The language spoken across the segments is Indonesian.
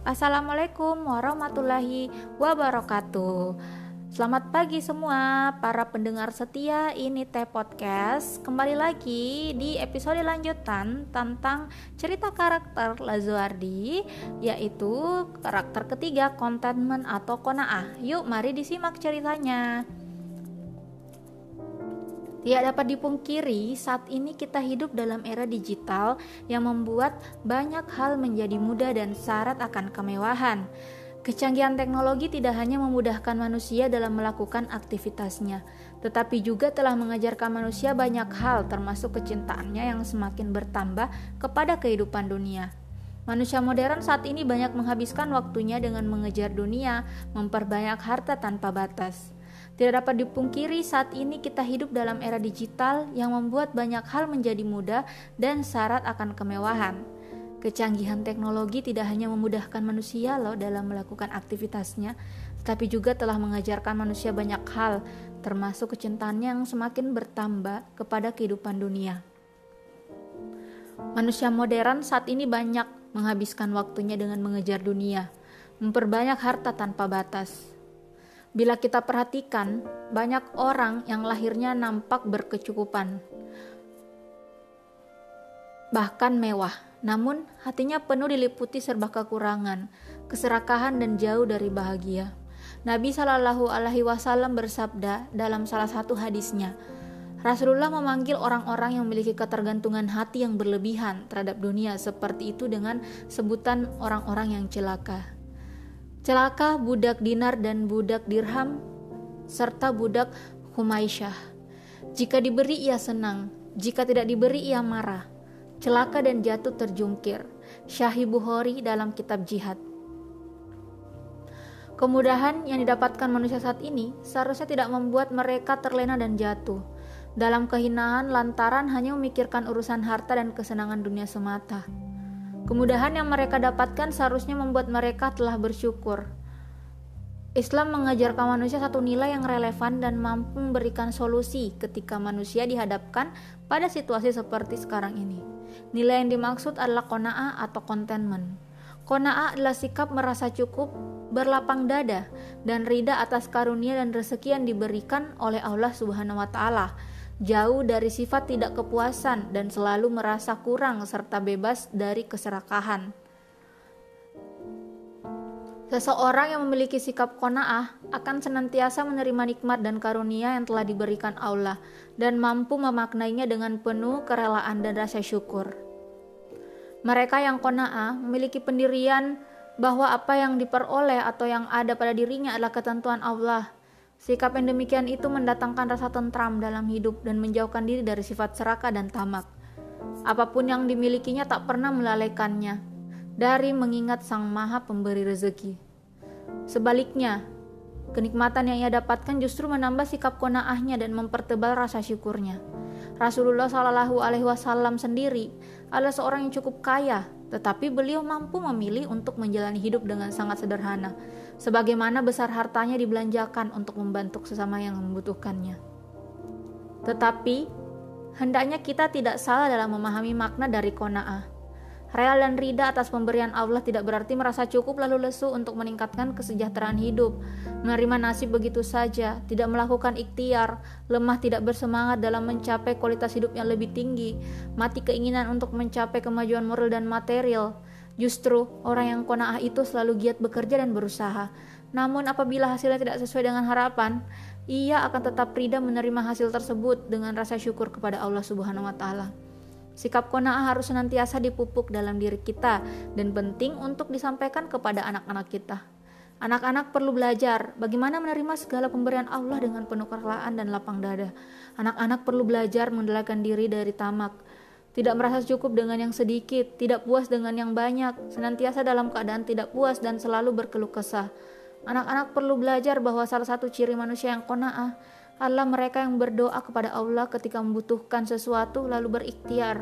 Assalamualaikum warahmatullahi wabarakatuh. Selamat pagi semua para pendengar setia ini Teh Podcast. Kembali lagi di episode lanjutan tentang cerita karakter Lazuardi, yaitu karakter ketiga, contentment atau qanaah. Yuk mari disimak ceritanya. Tidak dapat dipungkiri, saat ini kita hidup dalam era digital yang membuat banyak hal menjadi mudah dan syarat akan kemewahan. Kecanggihan teknologi tidak hanya memudahkan manusia dalam melakukan aktivitasnya, tetapi juga telah mengajarkan manusia banyak hal, termasuk kecintaannya yang semakin bertambah kepada kehidupan dunia. Manusia modern saat ini banyak menghabiskan waktunya dengan mengejar dunia, memperbanyak harta tanpa batas. Tidak dapat dipungkiri, saat ini kita hidup dalam era digital yang membuat banyak hal menjadi mudah dan syarat akan kemewahan. Kecanggihan teknologi tidak hanya memudahkan manusia dalam melakukan aktivitasnya, tetapi juga telah mengajarkan manusia banyak hal, termasuk kecintaannya yang semakin bertambah kepada kehidupan dunia. Manusia modern saat ini banyak menghabiskan waktunya dengan mengejar dunia, memperbanyak harta tanpa batas. Bila kita perhatikan, banyak orang yang lahirnya nampak berkecukupan, bahkan mewah, namun hatinya penuh diliputi serba kekurangan, keserakahan dan jauh dari bahagia. Nabi Shallallahu Alaihi Wasallam bersabda dalam salah satu hadisnya, Rasulullah memanggil orang-orang yang memiliki ketergantungan hati yang berlebihan terhadap dunia seperti itu dengan sebutan orang-orang yang celaka. Celaka budak dinar dan budak dirham, serta budak Humaisyah. Jika diberi ia senang, jika tidak diberi ia marah. Celaka dan jatuh terjungkir. Syahih Bukhari dalam kitab jihad. Kemudahan yang didapatkan manusia saat ini seharusnya tidak membuat mereka terlena dan jatuh dalam kehinaan lantaran hanya memikirkan urusan harta dan kesenangan dunia semata. Kemudahan yang mereka dapatkan seharusnya membuat mereka telah bersyukur. Islam mengajarkan manusia satu nilai yang relevan dan mampu memberikan solusi ketika manusia dihadapkan pada situasi seperti sekarang ini. Nilai yang dimaksud adalah qanaah atau contentment. Qanaah adalah sikap merasa cukup, berlapang dada, dan ridha atas karunia dan rezeki yang diberikan oleh Allah Subhanahu wa Ta'ala. Jauh dari sifat tidak kepuasan dan selalu merasa kurang serta bebas dari keserakahan. Seseorang yang memiliki sikap qanaah akan senantiasa menerima nikmat dan karunia yang telah diberikan Allah dan mampu memaknainya dengan penuh kerelaan dan rasa syukur. Mereka yang qanaah memiliki pendirian bahwa apa yang diperoleh atau yang ada pada dirinya adalah ketentuan Allah. Sikap yang demikian itu mendatangkan rasa tentram dalam hidup dan menjauhkan diri dari sifat serakah dan tamak. Apapun yang dimilikinya tak pernah melalaikannya dari mengingat Sang Maha Pemberi rezeki. Sebaliknya, kenikmatan yang ia dapatkan justru menambah sikap qanaahnya dan mempertebal rasa syukurnya. Rasulullah Shallallahu Alaihi Wasallam sendiri adalah seorang yang cukup kaya, tetapi beliau mampu memilih untuk menjalani hidup dengan sangat sederhana, sebagaimana besar hartanya dibelanjakan untuk membantu sesama yang membutuhkannya. Tetapi, hendaknya kita tidak salah dalam memahami makna dari qanaah. Rela dan ridha atas pemberian Allah tidak berarti merasa cukup lalu lesu untuk meningkatkan kesejahteraan hidup, menerima nasib begitu saja, tidak melakukan ikhtiar, lemah tidak bersemangat dalam mencapai kualitas hidup yang lebih tinggi, mati keinginan untuk mencapai kemajuan moral dan material. Justru, orang yang qanaah itu selalu giat bekerja dan berusaha. Namun apabila hasilnya tidak sesuai dengan harapan, ia akan tetap ridha menerima hasil tersebut dengan rasa syukur kepada Allah Subhanahu wa Ta'ala. Sikap qanaah harus senantiasa dipupuk dalam diri kita dan penting untuk disampaikan kepada anak-anak kita. Anak-anak perlu belajar bagaimana menerima segala pemberian Allah dengan penuh kerelaan dan lapang dada. Anak-anak perlu belajar mengendalikan diri dari tamak, tidak merasa cukup dengan yang sedikit, tidak puas dengan yang banyak, senantiasa dalam keadaan tidak puas dan selalu berkeluh kesah. Anak-anak perlu belajar bahwa salah satu ciri manusia yang qanaah adalah mereka yang berdoa kepada Allah ketika membutuhkan sesuatu lalu berikhtiar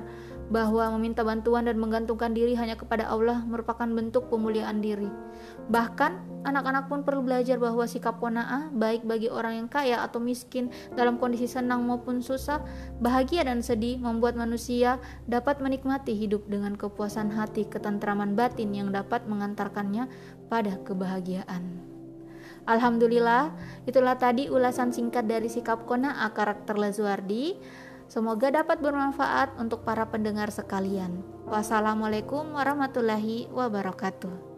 bahwa meminta bantuan dan menggantungkan diri hanya kepada Allah merupakan bentuk pemuliaan diri. Bahkan, anak-anak pun perlu belajar bahwa sikap qanaah, baik bagi orang yang kaya atau miskin, dalam kondisi senang maupun susah, bahagia dan sedih, membuat manusia dapat menikmati hidup dengan kepuasan hati, ketentraman batin yang dapat mengantarkannya pada kebahagiaan. Alhamdulillah, itulah tadi ulasan singkat dari sikap qanaah karakter Lazuardi. Semoga dapat bermanfaat untuk para pendengar sekalian. Wassalamualaikum warahmatullahi wabarakatuh.